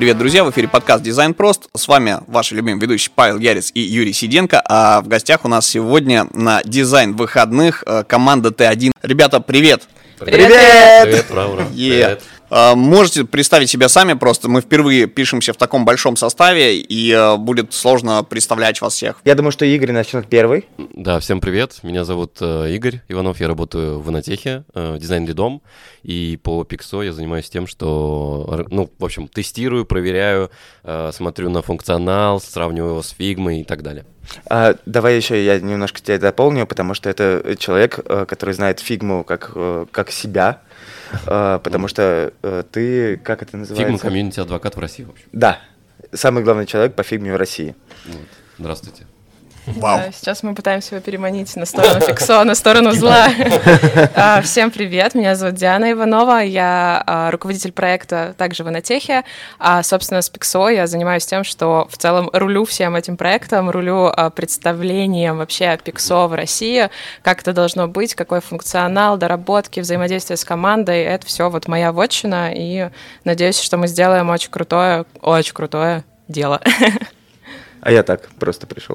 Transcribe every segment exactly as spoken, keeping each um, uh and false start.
Привет, друзья, в эфире подкаст «Дизайн прост». С вами ваши любимые ведущие Павел Ярец и Юрий Сиденко. А в гостях у нас сегодня на дизайн выходных команда Т один. Ребята, привет! Привет! Привет! Привет, ура, ура. Yeah. Привет. Можете представить себя сами, просто мы впервые пишемся в таком большом составе, и будет сложно представлять вас всех. Я думаю, что Игорь начнет первый. Да, всем привет, меня зовут э, Игорь Иванов, я работаю в Инотехе, э, дизайн-лидом, и по Пиксо я занимаюсь тем, что, ну, в общем, тестирую, проверяю, э, смотрю на функционал, сравниваю его с фигмой и так далее. А, давай еще я немножко тебя дополню, потому что это человек, который знает фигму как, как себя. Uh, потому что uh, ты, как это называется? Фигма комьюнити адвокат в России, в общем. Да, самый главный человек по фигме в России. Вот. Здравствуйте. Вау. Да, сейчас мы пытаемся его переманить на сторону Пиксо, на сторону зла. Всем привет, меня зовут Диана Иванова, я руководитель проекта также в Инотехе, а, собственно, с Пиксо я занимаюсь тем, что в целом рулю всем этим проектом, рулю представлением вообще Пиксо в России, как это должно быть, какой функционал, доработки, взаимодействие с командой, это все вот моя вотчина, и надеюсь, что мы сделаем очень крутое, очень крутое дело. А я так просто пришел.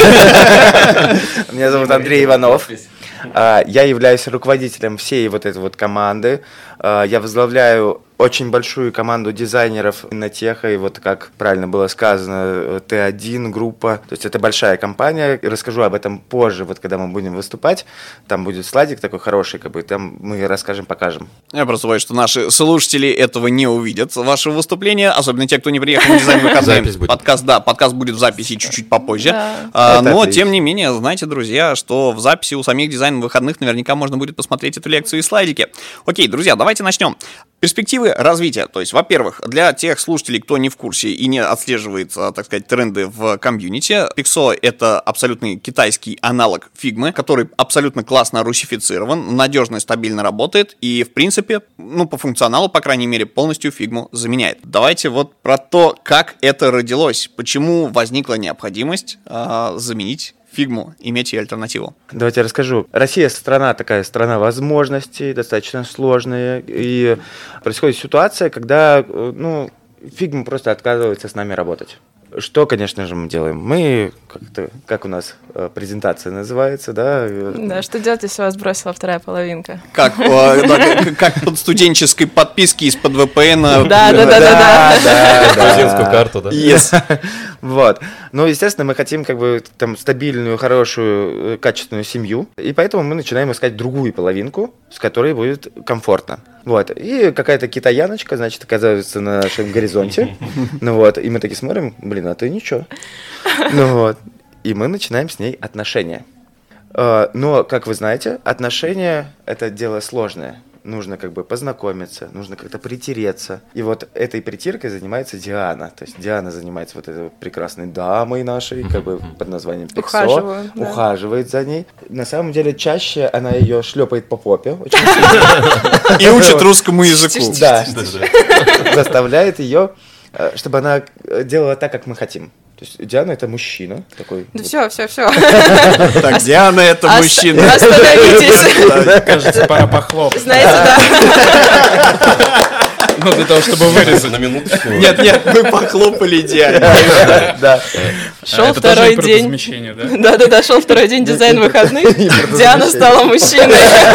Меня зовут Андрей Иванов. Я являюсь руководителем всей вот этой вот команды. Я возглавляю очень большую команду дизайнеров Инотеха, и вот как правильно было сказано, Т один группа, то есть это большая компания. Расскажу об этом позже, вот когда мы будем выступать. Там будет слайдик такой хороший, как бы там мы расскажем, покажем. Я просто боюсь, что наши слушатели этого не увидят, ваше выступление, особенно те, кто не приехал на дизайн выходных. Подкаст, да, подкаст будет в записи чуть-чуть попозже. Да. А, но, отлично. Тем не менее, знаете, друзья, что в записи у самих дизайн выходных наверняка можно будет посмотреть эту лекцию и слайдики. Окей, друзья, давайте начнем. Перспективы развития. То есть, во-первых, для тех слушателей, кто не в курсе и не отслеживает, так сказать, тренды в комьюнити, Pixo — это абсолютный китайский аналог фигмы, который абсолютно классно русифицирован, надежно и стабильно работает и, в принципе, ну, по функционалу, по крайней мере, полностью фигму заменяет. Давайте вот про то, как это родилось, почему возникла необходимость э, заменить фигму, иметь ее альтернативу. Давайте я расскажу. Россия страна такая, страна возможностей, достаточно сложная, и происходит ситуация, когда, ну, фигма просто отказывается с нами работать. Что, конечно же, мы делаем? Мы, как-то, как у нас э, презентация называется, да? Да, что делать, если вас бросила вторая половинка? Как, э, да, как под студенческой подписки из-под вэ пэ эн. Да, да, да, да, да. Грузинскую карту, да? Yes. Вот. Ну, естественно, мы хотим как бы там стабильную, хорошую, качественную семью, и поэтому мы начинаем искать другую половинку, с которой будет комфортно. Вот. И какая-то китаяночка, значит, оказывается на нашем горизонте. Ну вот. И мы такие смотрим, блин, а ты ничего. Ну вот. И мы начинаем с ней отношения. Но, как вы знаете, отношения – это дело сложное. Нужно как бы познакомиться, нужно как-то притереться. И вот этой притиркой занимается Диана. То есть Диана занимается вот этой прекрасной дамой нашей, как бы под названием Пиксо. Ухаживаю, да. Ухаживает за ней. На самом деле чаще она ее шлепает по попе. И учит русскому языку. Да. Заставляет ее, чтобы она делала так, как мы хотим. То есть Диана — это мужчина такой. Да вот. все, все, все. Так, Диана — это мужчина. Остановитесь. Кажется, пора похлопать. Знаете, да. Ну, для того, чтобы вырезать. На минуточку. Нет, нет, мы похлопали Диане. Да. Шел второй день. Да-да-да, шел второй день дизайн выходных. Диана стала мужчиной.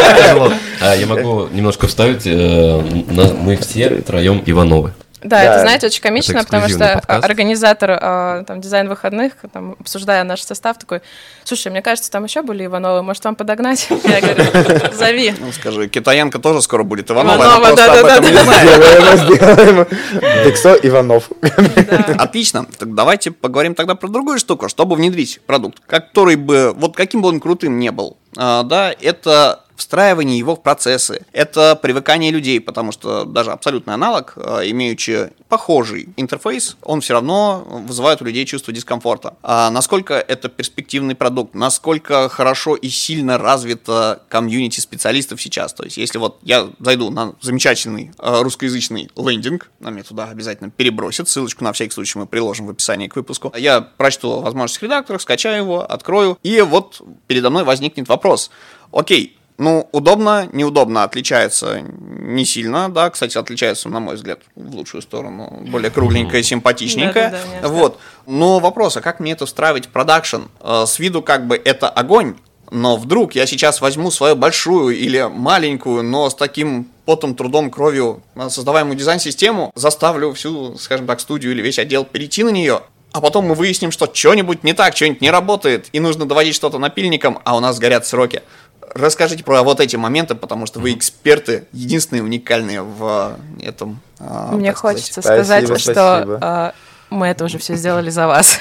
Я могу немножко вставить. Мы все втроем Ивановы. Да, да, это, знаете, очень комично, потому что подкаст. Организатор э, там, дизайн выходных, там, обсуждая наш состав, такой: слушай, мне кажется, там еще были Ивановы, может, вам подогнать? Я говорю, зови. Ну, скажи, китаянка тоже скоро будет Иванова, Иванова, она да, просто да, об этом да, не знает. Сделаем, сделаем. Пиксо Иванов. Отлично. Так давайте поговорим тогда про другую штуку, чтобы внедрить продукт, который бы, вот каким бы он крутым не был, а, да, это встраивание его в процессы, это привыкание людей, потому что даже абсолютный аналог, имеющий похожий интерфейс, он все равно вызывает у людей чувство дискомфорта. А насколько это перспективный продукт, насколько хорошо и сильно развито комьюнити специалистов сейчас. То есть, если вот я зайду на замечательный русскоязычный лендинг, нам меня туда обязательно перебросят, ссылочку на всякий случай мы приложим в описании к выпуску, я прочту о возможностях редакторов, скачаю его, открою, и вот передо мной возникнет вопрос: окей, Ну, удобно, неудобно, отличается не сильно, да, кстати, отличается, на мой взгляд, в лучшую сторону, более кругленькая, симпатичненькая, да, да, да, вот. Но вопрос, а как мне это встраивать в продакшн? С виду как бы это огонь, но вдруг я сейчас возьму свою большую или маленькую, но с таким потом, трудом, кровью создаваемую дизайн-систему, заставлю всю, скажем так, студию или весь отдел перейти на нее, а потом мы выясним, что что-нибудь не так, что-нибудь не работает, и нужно доводить что-то напильником, а у нас горят сроки. Расскажите про вот эти моменты, потому что вы эксперты, единственные уникальные в этом. Мне хочется сказать, спасибо, что спасибо. мы это уже все сделали за вас.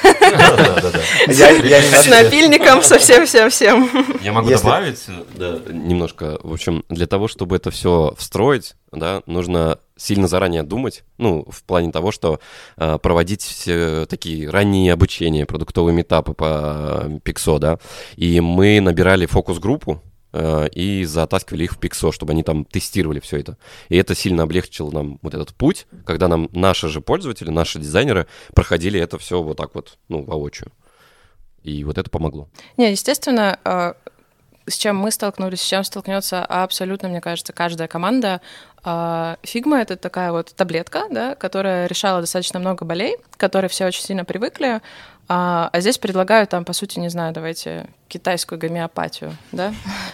Я С напильником, со всем-всем-всем. Я могу добавить немножко. В общем, для того, чтобы это все встроить, да, нужно сильно заранее думать, ну, в плане того, что э, проводить все такие ранние обучения, продуктовые этапы по Pixo, да, и мы набирали фокус-группу э, и затаскивали их в Pixo, чтобы они там тестировали все это. И это сильно облегчило нам вот этот путь, когда нам наши же пользователи, наши дизайнеры проходили это все вот так вот, ну, воочию. И вот это помогло. Не, естественно, э, с чем мы столкнулись, с чем столкнется абсолютно, мне кажется, каждая команда. Фигма — это такая вот таблетка, да, которая решала достаточно много болей, к которой все очень сильно привыкли, а, а здесь предлагают там, по сути, не знаю, давайте китайскую гомеопатию, да?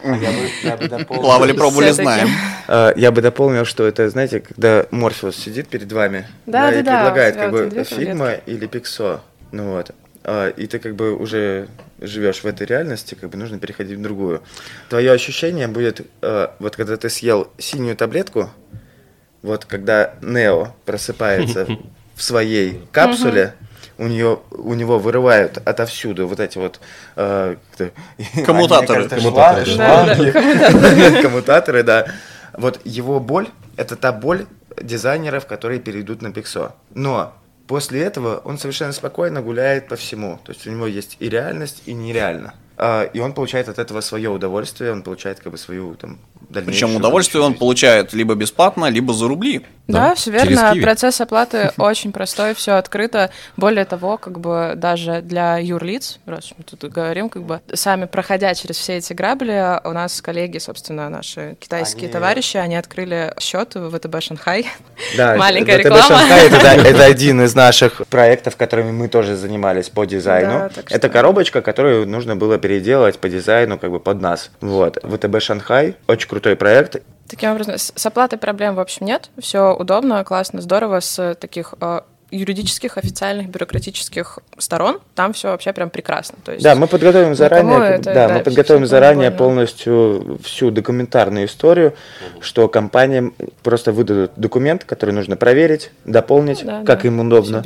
Плавали, пробовали, знаем. Я бы дополнил, что это, знаете, когда Морфеус сидит перед вами и предлагает как бы Фигма или Pixo, ну вот. И ты как бы уже живешь в этой реальности, как бы нужно переходить в другую. Твое ощущение будет, вот когда ты съел синюю таблетку, вот когда Нео просыпается в своей капсуле, у, нее, у него вырывают отовсюду вот эти вот э, коммутаторы. Коммутаторы, да, да. Коммутаторы, да. Вот его боль — это та боль дизайнеров, которые перейдут на Pixo. Но после этого он совершенно спокойно гуляет по всему. То есть у него есть и реальность, и нереально. И он получает от этого свое удовольствие, он получает как бы свою там дальнейшую... Причем удовольствие он получает либо бесплатно, либо за рубли. Да, да, все верно. Процесс оплаты очень простой, все открыто. Более того, как бы даже для юрлиц, раз мы тут говорим, как бы сами проходя через все эти грабли, у нас коллеги, собственно, наши китайские они... товарищи, они открыли счет в ВТБ Шанхай. Да, маленькая ВТБ реклама. Шанхай это, да, это один из наших проектов, которыми мы тоже занимались по дизайну. Да, это что... коробочка, которую нужно было переделать по дизайну как бы под нас. Вот. ВТБ Шанхай, очень крутой проект. Таким образом, с оплатой проблем, в общем, нет. Все удобно, классно, здорово. С таких э, юридических, официальных, бюрократических сторон там все вообще прям прекрасно. То есть, да, мы подготовим заранее, это, да, да, мы подготовим заранее больно. полностью всю документарную историю, что компаниям просто выдадут документ, который нужно проверить, дополнить, да, как да, им удобно.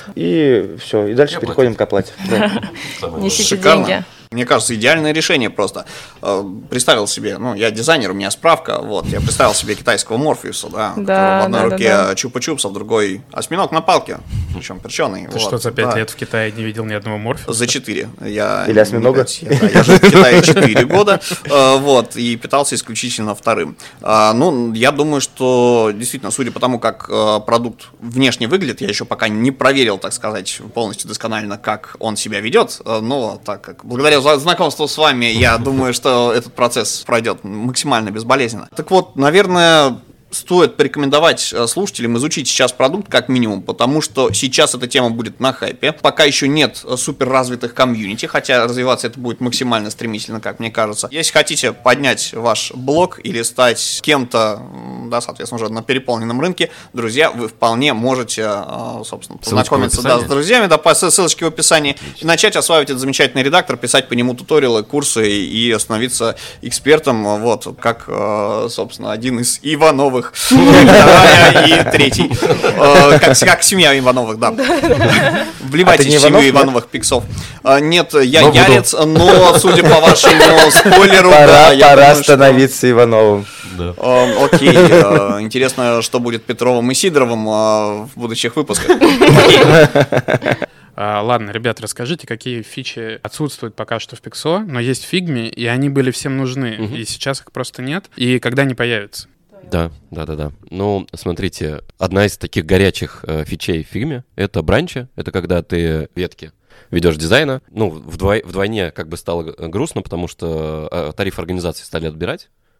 И все, и дальше Я переходим платить. к оплате. Несите деньги. Мне кажется, идеальное решение просто. Представил себе, ну, я дизайнер, у меня справка, вот, я представил себе китайского Морфеуса, да, да в одной да, руке да, да. чупа-чупс, а в другой осьминог на палке, причем перченый. Ты вот, что, за пять да. лет в Китае не видел ни одного Морфеуса? За четыре. Я, Или осьминога? Я, да, я жил в Китае четыре года, вот, и питался исключительно вторым. Ну, я думаю, что действительно, судя по тому, как продукт внешне выглядит, я еще пока не проверил, так сказать, полностью досконально, как он себя ведет, но так как благодаря знакомству с вами, я думаю, что этот процесс пройдет максимально безболезненно. Так вот, наверное, стоит порекомендовать слушателям изучить сейчас продукт как минимум, потому что сейчас эта тема будет на хайпе. Пока еще нет супер развитых комьюнити, хотя развиваться это будет максимально стремительно, как мне кажется. Если хотите поднять ваш блог или стать кем-то, да, соответственно, уже на переполненном рынке, друзья, вы вполне можете, собственно, познакомиться да, с друзьями, да, по ссылочке в описании, и начать осваивать этот замечательный редактор, писать по нему туториалы, курсы и становиться экспертом, вот, как, собственно, один из Ивановых. И третий. Как, как семья Ивановых, да. Вливайтесь в семью Ивановых Пиксов. Нет, я но ярец, буду. Но, судя по вашему спойлеру... Пора, да, я пора думаю, становиться что... Ивановым. Да. Э, окей. Э, интересно, что будет Петровым и Сидоровым э, в будущих выпусках. А, ладно, ребят, расскажите, какие фичи отсутствуют пока что в Pixo, но есть в Figma, и они были всем нужны, угу. и сейчас их просто нет, и когда они появятся? Да, да, да, да. Ну, смотрите, одна из таких горячих э, фичей в Figma — это бранчи, это когда ты ветки ведешь дизайна. Ну, вдвой, вдвойне как бы стало грустно, потому что э, тариф организации стали отбирать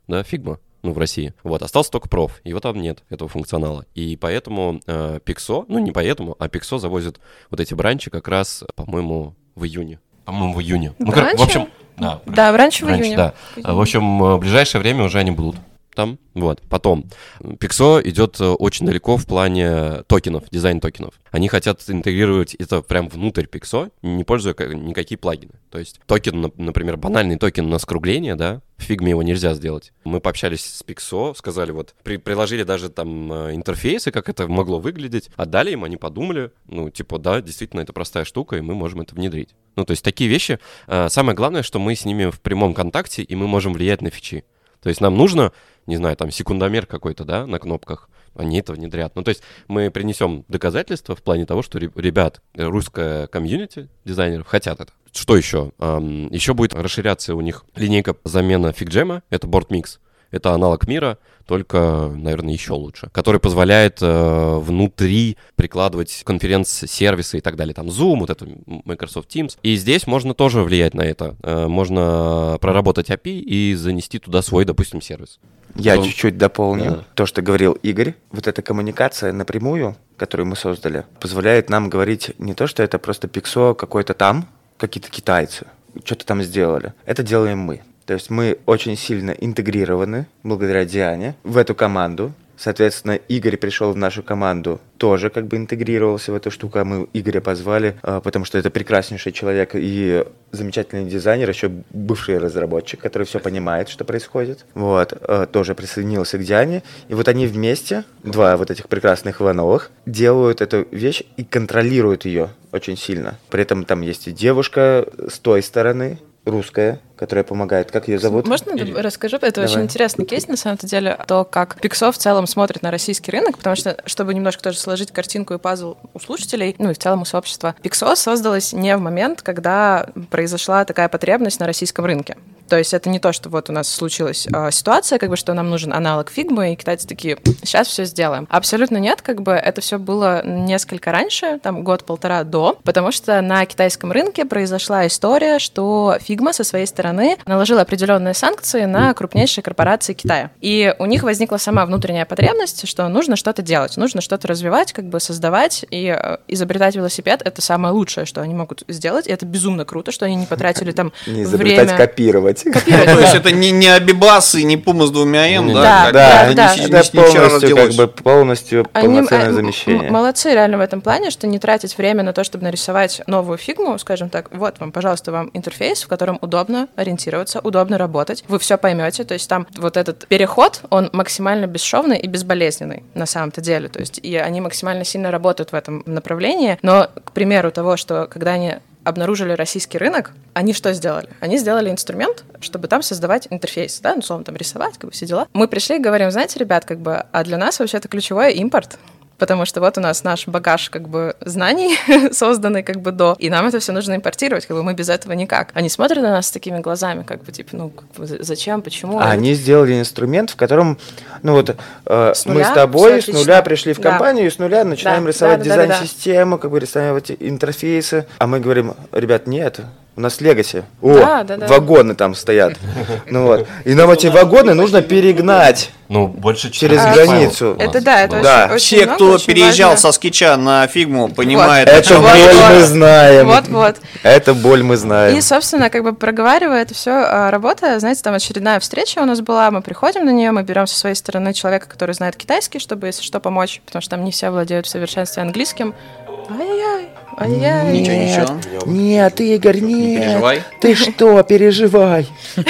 да, Figma. Ну, в России. Вот, остался только проф, его там нет, этого функционала. И поэтому э, Pixo, ну, не поэтому, а Pixo завозит вот эти бранчи как раз, по-моему, в июне. По-моему, в июне. Ну, как, в общем, да. Да, бранчи в бранч, июне. Да. В, июне. В общем, в ближайшее время уже они будут там. Вот, потом. Pixo идет очень далеко в плане токенов, дизайн токенов. Они хотят интегрировать это прям внутрь Pixo, не пользуя никакие плагины. То есть токен, например, банальный токен на скругление, да, в Figma его нельзя сделать. Мы пообщались с Pixo, сказали вот, при, приложили даже там интерфейсы, как это могло выглядеть, отдали им, они подумали, ну, типа, да, действительно, это простая штука, и мы можем это внедрить. Ну, то есть такие вещи. Самое главное, что мы с ними в прямом контакте, и мы можем влиять на фичи. То есть нам нужно, не знаю, там секундомер какой-то, да, на кнопках, они это внедрят. Ну, то есть мы принесем доказательства в плане того, что ребят, русская комьюнити дизайнеров хотят это. Что еще? Um, еще будет расширяться у них линейка замена FigJam, это BoardMix. Это аналог мира, только, наверное, еще лучше, который позволяет э, внутри прикладывать конференц-сервисы и так далее, там Zoom, вот это Microsoft Teams. И здесь можно тоже влиять на это. Э, можно проработать эй пи ай и занести туда свой, допустим, сервис. Я Потом... чуть-чуть дополню. Да. То, что говорил Игорь, вот эта коммуникация напрямую, которую мы создали, позволяет нам говорить не то, что это просто Pixo какой-то там, какие-то китайцы, что-то там сделали. Это делаем мы. То есть мы очень сильно интегрированы, благодаря Диане, в эту команду. Соответственно, Игорь пришел в нашу команду, тоже как бы интегрировался в эту штуку. Мы Игоря позвали, потому что это прекраснейший человек и замечательный дизайнер, еще бывший разработчик, который все понимает, что происходит. Вот, тоже присоединился к Диане. И вот они вместе, два вот этих прекрасных Ивановых, делают эту вещь и контролируют ее очень сильно. При этом там есть и девушка с той стороны, русская, которая помогает. Как ее зовут? Можно Или... расскажу? Это Давай. Очень интересный кейс, на самом деле, то, как Pixo в целом смотрит на российский рынок, потому что, чтобы немножко тоже сложить картинку и пазл у слушателей, ну и в целом у сообщества, Pixo создалась не в момент, когда произошла такая потребность на российском рынке. То есть это не то, что вот у нас случилась э, ситуация, как бы, что нам нужен аналог Figma, и китайцы такие, сейчас все сделаем. Абсолютно нет, как бы это все было несколько раньше, там год-полтора до, потому что на китайском рынке произошла история, что Figma со своей стороны наложила определенные санкции на крупнейшие корпорации Китая. И у них возникла сама внутренняя потребность, что нужно что-то делать, нужно что-то развивать, как бы создавать, и э, изобретать велосипед — это самое лучшее, что они могут сделать, и это безумно круто, что они не потратили там время... Не изобретать, копировать. Копировать. То есть это не, не Абибас и не Пума с двумя М, да? Да, как, да, как, да. Не, Это не, полностью, как бы, полностью они, полноценное а, замещение. М- молодцы реально в этом плане, что не тратить время на то, чтобы нарисовать новую фигму, скажем так, вот вам, пожалуйста, вам интерфейс, в котором удобно ориентироваться, удобно работать, вы все поймете, то есть там вот этот переход, он максимально бесшовный и безболезненный на самом-то деле, то есть и они максимально сильно работают в этом направлении, но, к примеру того, что когда они обнаружили российский рынок, они что сделали? Они сделали инструмент, чтобы там создавать интерфейс, да, ну, словом, там рисовать, как бы все дела. Мы пришли и говорим, знаете, ребят, как бы, а для нас вообще-то ключевое импорт, потому что вот у нас наш багаж, как бы, знаний созданный, как бы, до, и нам это все нужно импортировать, как бы, мы без этого никак. Они смотрят на нас с такими глазами, как бы, типа, ну, как бы, зачем, почему? А они сделали инструмент, в котором, ну, вот, э, с мы с тобой с нуля пришли в компанию, да. И с нуля начинаем да, рисовать да, да, дизайн-систему, да, да, да. Как бы, рисовать интерфейсы, а мы говорим, ребят, нет, у нас легаси. О, да, да, да. Вагоны там стоят. Ну вот. И нам эти вагоны нужно перегнать. Ну, больше через границу. Это да, это да. очень, очень Все, много, кто очень переезжал важно. со скетча на Фигму, понимают. Вот. Это вот, боль вот. мы знаем. Вот, вот. Это боль мы знаем. И, собственно, как бы проговаривая это все, работая, знаете, там очередная встреча у нас была, мы приходим на нее, мы берем со своей стороны человека, который знает китайский, чтобы, если что, помочь, потому что там не все владеют в совершенстве английским. Ай-яй-яй. Ай-яй. Ничего, ничего. Нет, Игорь, нет. Не переживай. Ты что, переживай.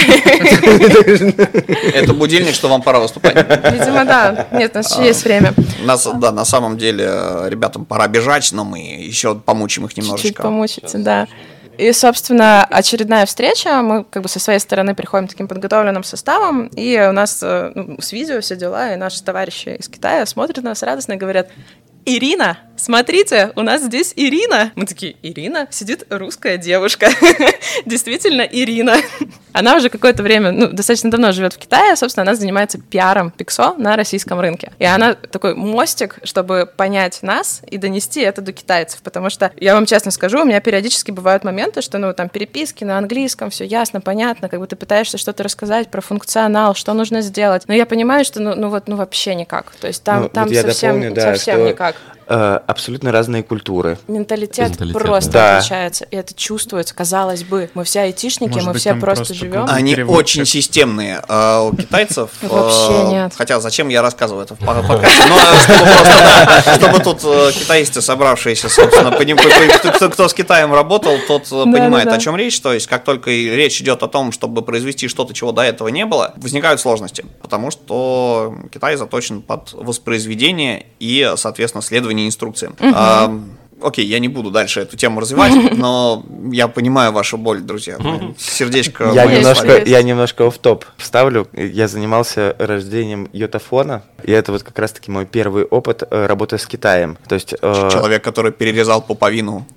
Это будильник, что вам пора выступать. Видимо, да. Нет, у нас еще есть время. Нас, да, на самом деле, ребятам пора бежать, но мы еще помучим их немножечко. Чуть-чуть помучиться, да. И, собственно, очередная встреча, мы как бы со своей стороны приходим таким подготовленным составом, и у нас ну, с видео все дела, и наши товарищи из Китая смотрят на нас радостно и говорят: Ирина, смотрите, у нас здесь Ирина. Мы такие, Ирина? Сидит русская девушка. Действительно, Ирина. Она уже какое-то время, ну, достаточно давно живет в Китае, собственно, она занимается пиаром Pixo на российском рынке. И она такой мостик, чтобы понять нас и донести это до китайцев, потому что, я вам честно скажу, у меня периодически бывают моменты, что, ну, там, переписки на английском, все ясно, понятно, как бы ты пытаешься что-то рассказать про функционал, что нужно сделать, но я понимаю, что, ну, ну вот, ну, вообще никак, то есть там, ну, там вот совсем, дополню, да, совсем что... никак. Абсолютно разные культуры. Менталитет, Менталитет просто да. отличается, и это чувствуется, казалось бы. Мы все айтишники, Может мы быть, все там просто, просто живем. Они переводчик. очень системные. А у китайцев... Вообще э, нет. Хотя зачем я рассказываю это в подкасте? Ну, а чтобы просто, да, чтобы тут э, китаисты, собравшиеся, собственно, поним- кто, кто, кто с Китаем работал, тот э, понимает, да, да. о чем речь. То есть, как только и речь идет о том, чтобы произвести что-то, чего до этого не было, возникают сложности. Потому что Китай заточен под воспроизведение и, соответственно, следование инструкциям. А, окей, я не буду дальше эту тему развивать, но я понимаю вашу боль, друзья. Сердечко Я мое немножко, слабее. я немножко офф-топ вставлю. Я занимался рождением йотафона, и это вот как раз-таки мой первый опыт э, работы с Китаем. То есть, э, Человек, который перерезал пуповину.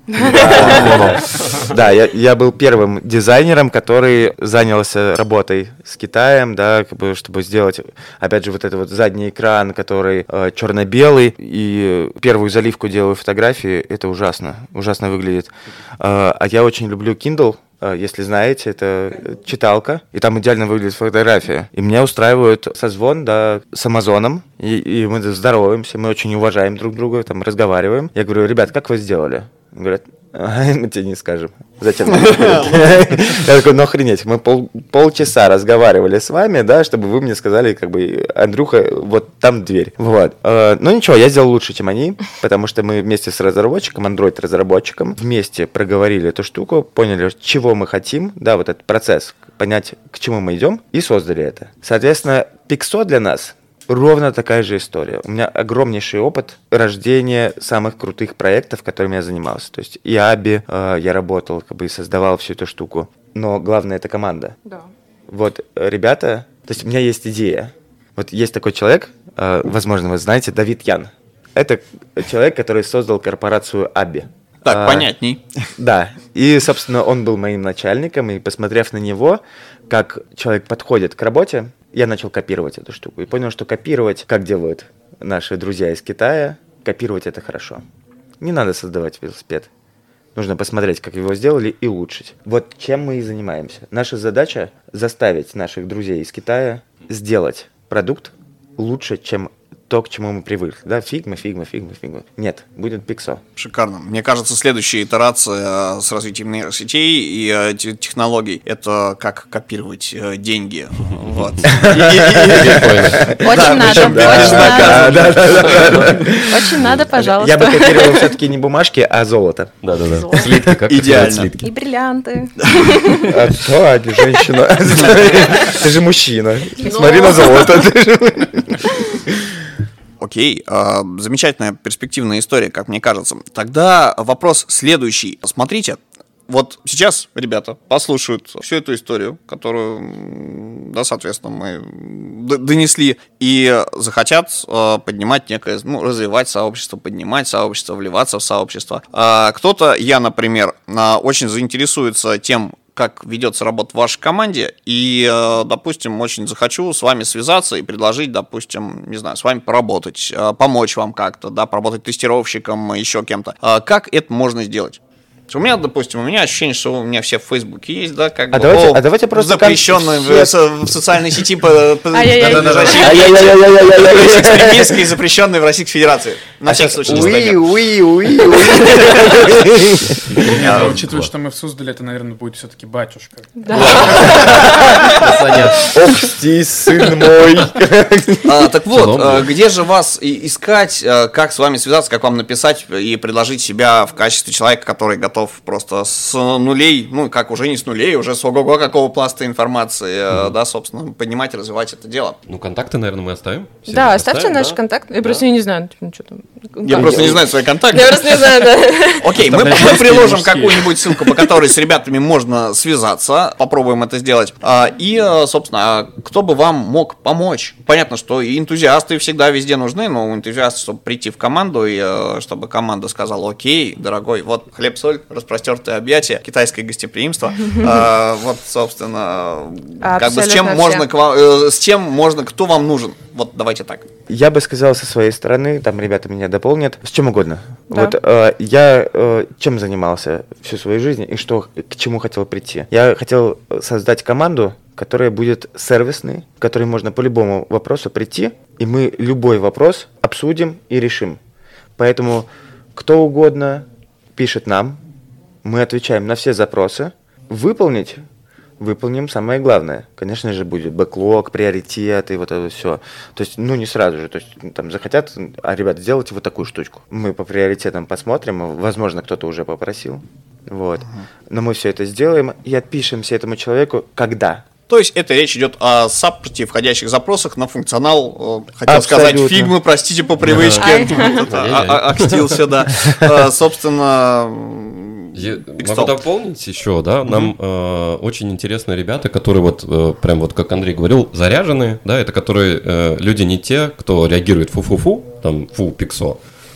да, я, я был первым дизайнером, который занялся работой с Китаем, да, как бы, чтобы сделать, опять же, вот этот вот задний экран, который э, черно-белый, и первую заливку делаю фотографии, это ужасно, ужасно выглядит. Э, а я очень люблю Kindle. Если знаете, это читалка, и там идеально выглядит фотография. И меня устраивает созвон, да, с Амазоном, и, и мы здороваемся, мы очень уважаем друг друга, там, разговариваем. Я говорю, ребят, как вы сделали? Говорят, мы тебе не скажем. Зачем? Я такой, ну охренеть, мы пол, полчаса разговаривали с вами, да, чтобы вы мне сказали, как бы, Андрюха, вот там дверь. Вот. Ну ничего, я сделал лучше, чем они, потому что мы вместе с разработчиком, Android-разработчиком, вместе проговорили эту штуку, поняли, чего мы хотим, да, вот этот процесс, понять, к чему мы идем, и создали это. Соответственно, Pixo для нас ровно такая же история. У меня огромнейший опыт рождения самых крутых проектов, которыми я занимался. То есть и Аби, э, я работал, как бы и создавал всю эту штуку. Но главное — это команда. Да. Вот ребята, то есть у меня есть идея. Вот есть такой человек, э, возможно, вы знаете, Давид Ян. Это человек, который создал корпорацию Аби. Так, А, понятней. Да, и, собственно, он был моим начальником, и, посмотрев на него, как человек подходит к работе, я начал копировать эту штуку и понял, что копировать, как делают наши друзья из Китая, копировать это хорошо. Не надо создавать велосипед. Нужно посмотреть, как его сделали, и улучшить. Вот чем мы и занимаемся. Наша задача — заставить наших друзей из Китая сделать продукт лучше, чем то, к чему мы привыкли. Да, фигма, фигма, фигма, фигма. Нет, будет Pixo. Шикарно. Мне кажется, следующая итерация э, с развитием нейросетей и э, те- технологий — это как копировать э, деньги. Вот. Очень надо, очень надо. Очень надо, пожалуйста. Я бы копировал все-таки не бумажки, а золото. Да-да-да. Слитки, как Идеально. копировать слитки. И бриллианты. Отстань, женщина. Ты же мужчина. Смотри на золото. Окей, э, замечательная перспективная история, как мне кажется. Тогда вопрос следующий. Смотрите, вот сейчас ребята послушают всю эту историю, которую, м, да, соответственно, мы д- донесли, и захотят э, поднимать некое, ну, развивать сообщество, поднимать сообщество, вливаться в сообщество. А кто-то, я, например, э, очень заинтересуется тем, как ведется работа в вашей команде, и, э, допустим, очень захочу с вами связаться и предложить, допустим, не знаю, с вами поработать, э, помочь вам как-то, да, поработать тестировщиком, еще кем-то. Э, Как это можно сделать? У меня, допустим, у меня ощущение, что у меня все в Фейсбуке есть, да, как А бы, давайте- о, а давайте просто запрещенный в, все- со- в социальной сети по- по- Ай-яй-яй. да-да-да, Ай-яй-яй-яй-яй-яй-яй. экстремистской, запрещенной в Российской Федерации. На всякий случай. Уи, дисклеймер. уи, уи, уи. А учитывая, что мы в Суздале, это, наверное, будет все-таки батюшка. Ох, сти, сын мой. А, так вот, Шалом, а, да. где же вас и- искать, а, как с вами связаться, как вам написать и предложить себя в качестве человека, который готов готов просто с нулей, ну, как уже не с нулей, уже с ого-го какого пласта информации, mm-hmm. да, собственно, поднимать и развивать это дело. Ну, контакты, наверное, мы оставим. Все да, оставьте оставим, наши да? контакты. Я да. просто не знаю, ну, что там. Я как просто я... не знаю свои контакты. Я просто не знаю, да. Окей, мы приложим какую-нибудь ссылку, по которой с ребятами можно связаться, попробуем это сделать. И, собственно, кто бы вам мог помочь? Понятно, что и энтузиасты всегда везде нужны, но у энтузиастов, чтобы прийти в команду, и чтобы команда сказала: окей, дорогой, вот хлеб-соль, распростертые объятия, китайское гостеприимство. Вот, собственно, как бы с чем можно, с чем можно, кто вам нужен? Вот давайте так. Я бы сказал со своей стороны, там ребята меня дополнят, с чем угодно. Да. Вот э, я э, чем занимался всю свою жизнь и что, к чему хотел прийти. Я хотел создать команду, которая будет сервисной, в которой можно по любому вопросу прийти, и мы любой вопрос обсудим и решим. Поэтому кто угодно пишет нам, мы отвечаем на все запросы. Выполнить выполним самое главное. Конечно же, будет бэклог, приоритеты, вот это все. То есть, ну, не сразу же. То есть, там захотят, а, ребят, сделайте вот такую штучку. Мы по приоритетам посмотрим, возможно, кто-то уже попросил. Вот. Но мы все это сделаем и отпишемся этому человеку, когда. То есть это речь идет о саппорте, входящих запросах на функционал, хотел Абсолютно. сказать фигмы, простите по привычке, окстился, да. Собственно, могу дополнить еще, да, нам очень интересны ребята, которые вот, прям вот как Андрей говорил, заряженные, да, это которые люди не те, кто реагирует фу-фу-фу, там, фу, пиксо,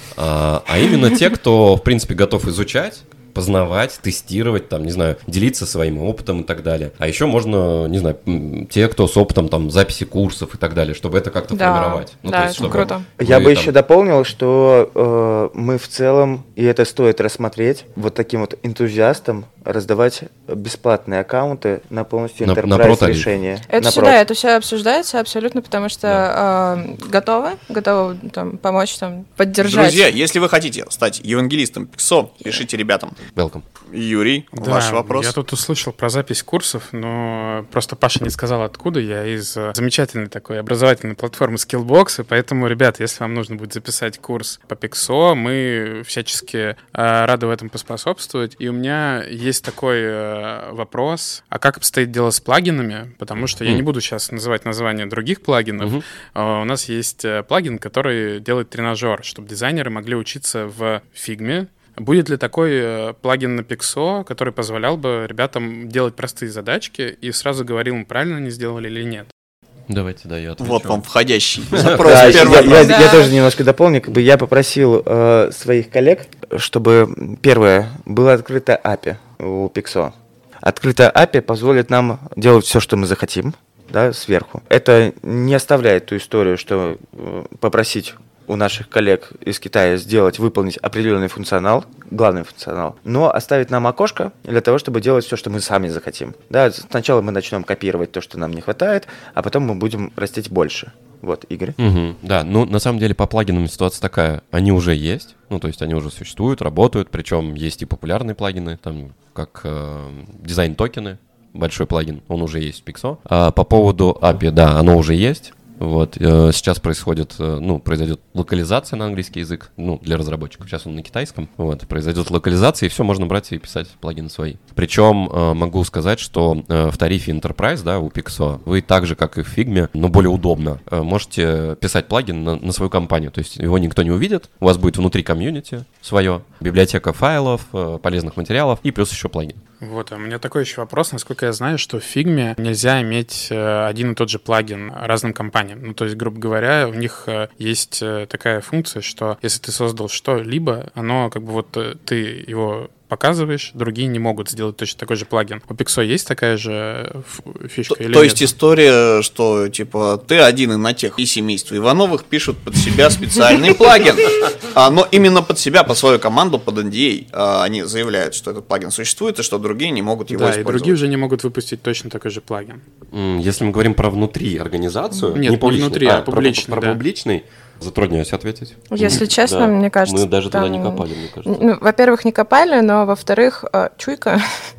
а именно те, кто, в принципе, готов изучать, познавать, тестировать, там, не знаю, делиться своим опытом и так далее. А еще можно, не знаю, те, кто с опытом там записи курсов и так далее, чтобы это как-то да, формировать. Ну, да, то есть, это круто. Я бы там... еще дополнил, что э, мы в целом, и это стоит рассмотреть, вот таким вот энтузиастам раздавать бесплатные аккаунты на полностью enterprise решения. Это все, да, это все обсуждается абсолютно, потому что да. э, готовы, готовы там, помочь, там, поддержать. Друзья, если вы хотите стать евангелистом Пиксо, пишите ребятам. Welcome. Юрий, да, ваш вопрос. Я тут услышал про запись курсов, но просто Паша не сказал, откуда. Я из замечательной такой образовательной платформы Skillbox, и поэтому, ребят, если вам нужно будет записать курс по Пиксо, мы всячески э, рады в этом поспособствовать. И у меня есть такой э, вопрос, а как обстоит дело с плагинами? Потому что mm. я не буду сейчас называть название других плагинов. Mm-hmm. Uh, у нас есть плагин, который делает тренажер, чтобы дизайнеры могли учиться в фигме. Будет ли такой э, плагин на Pixo, который позволял бы ребятам делать простые задачки и сразу говорил, мы правильно они сделали или нет? Давайте, да, я отвечу. Вот вам входящий запрос. Да, я, я, я тоже немножко дополню. Как бы я попросил э, своих коллег, чтобы, первое, было открыто эй пи ай у Pixo. Открытое эй пи ай позволит нам делать все, что мы захотим, да, сверху. Это не оставляет ту историю, что э, попросить у наших коллег из Китая сделать, выполнить определенный функционал, главный функционал, но оставить нам окошко для того, чтобы делать все, что мы сами захотим. Да, сначала мы начнем копировать то, что нам не хватает, а потом мы будем растить больше. Вот, Игорь. Угу, да, ну, на самом деле, по плагинам ситуация такая. Они уже есть, ну, то есть они уже существуют, работают, причем есть и популярные плагины, там, как э, дизайн-токены, большой плагин, он уже есть в Pixo. А по поводу эй пи ай, да, оно уже есть. Вот, сейчас происходит, ну, произойдет локализация на английский язык, ну, для разработчиков, сейчас он на китайском, вот, произойдет локализация, и все, можно брать и писать плагины свои. Причем могу сказать, что в тарифе Enterprise, да, у Pixo, вы так же, как и в Figma, но более удобно, можете писать плагин на, на свою компанию, то есть его никто не увидит, у вас будет внутри комьюнити свое, библиотека файлов, полезных материалов и плюс еще плагин. Вот, а у меня такой еще вопрос. Насколько я знаю, что в Figma нельзя иметь один и тот же плагин разным компаниям. Ну, то есть, грубо говоря, у них есть такая функция, что если ты создал что-либо, оно как бы вот ты его показываешь, другие не могут сделать точно такой же плагин. У Pixo есть такая же фишка? То, или то нет? есть история, что типа ты один и на тех, и семейство Ивановых пишут под себя специальный плагин, но именно под себя, под свою команду, под эн ди эй они заявляют, что этот плагин существует, и что другие не могут его использовать. Да, и другие уже не могут выпустить точно такой же плагин. Если мы говорим про внутри организацию, нет, не публичный, внутри, а, а публичный, про, про да. публичный, затрудняюсь ответить. Если честно, да. мне кажется... Мы даже там... туда не копали, мне кажется. Ну, во-первых, не копали, но, во-вторых, чуйка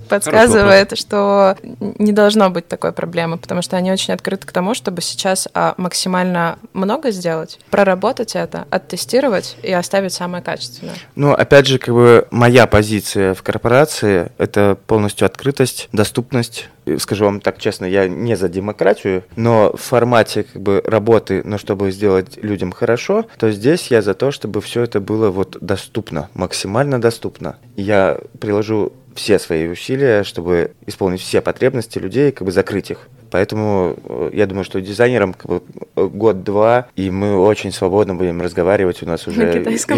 подсказывает, что не должно быть такой проблемы, потому что они очень открыты к тому, чтобы сейчас а, максимально много сделать, проработать это, оттестировать и оставить самое качественное. Ну, опять же, как бы моя позиция в корпорации — это полностью открытость, доступность. Скажу вам так честно, я не за демократию, но в формате как бы работы, но чтобы сделать людям хорошо, то здесь я за то, чтобы все это было вот доступно, максимально доступно. Я приложу все свои усилия, чтобы исполнить все потребности людей, как бы закрыть их. Поэтому я думаю, что дизайнерам как бы год-два, и мы очень свободно будем разговаривать. У нас уже... На китайском.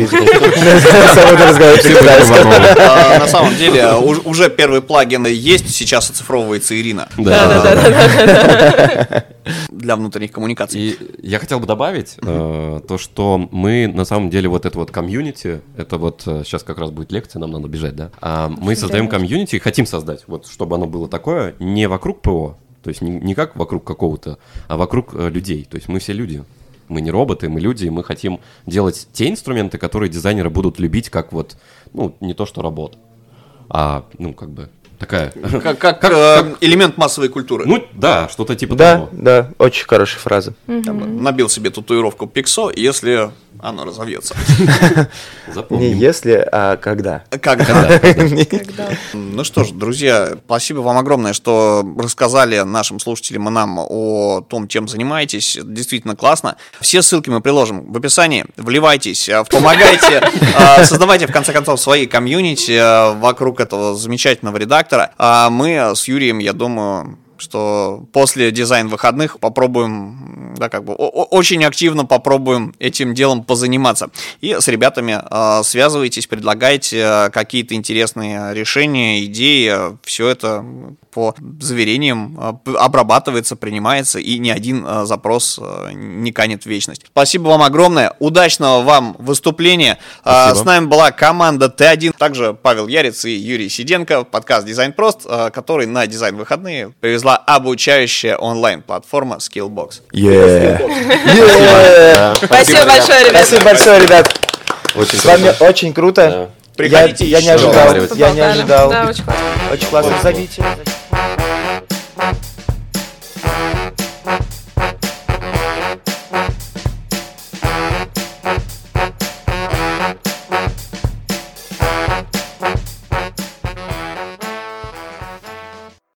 На самом деле, уже первый плагин есть, сейчас оцифровывается Ирина. Да-да-да. Для внутренних коммуникаций. И я хотел бы добавить э, то, что мы на самом деле вот это вот комьюнити, это вот э, сейчас как раз будет лекция, нам надо бежать, да? А мы создаем комьюнити и хотим создать, вот чтобы оно было такое, не вокруг ПО, то есть не, не как вокруг какого-то, а вокруг э, людей. То есть мы все люди. Мы не роботы, мы люди, и мы хотим делать те инструменты, которые дизайнеры будут любить, как вот, ну, не то что работа, а, ну, как бы... Такая. Как, как, как, э, как элемент массовой культуры. Ну да, что-то типа да, того. Да, очень хорошая фраза. Mm-hmm. Набил себе татуировку Pixo, если оно разовьется. Не если, а когда. Когда. Ну что ж, друзья, спасибо вам огромное, что рассказали нашим слушателям и нам о том, чем занимаетесь. Действительно классно. Все ссылки мы приложим в описании. Вливайтесь, помогайте, создавайте в конце концов свои комьюнити вокруг этого замечательного редактора. А мы с Юрием, я думаю, что после дизайн-выходных попробуем, да, как бы очень активно попробуем этим делом позаниматься. И с ребятами э, связывайтесь, предлагайте э, какие-то интересные решения, идеи. Все это по заверениям э, обрабатывается, принимается, и ни один э, запрос э, не канет в вечность. Спасибо вам огромное, удачного вам выступления. Э, с нами была команда Т один, также Павел Ярец и Юрий Сиденко, подкаст «Дизайн прост», э, который на дизайн-выходные привезла обучающая онлайн-платформа Skillbox. Yeah. Yeah. Спасибо большое, ребят. Спасибо большое, ребят. Очень С вами очень круто. Приходите, я, я не ожидал. Я не ожидал. Да, очень классно. Очень классно. Зовите.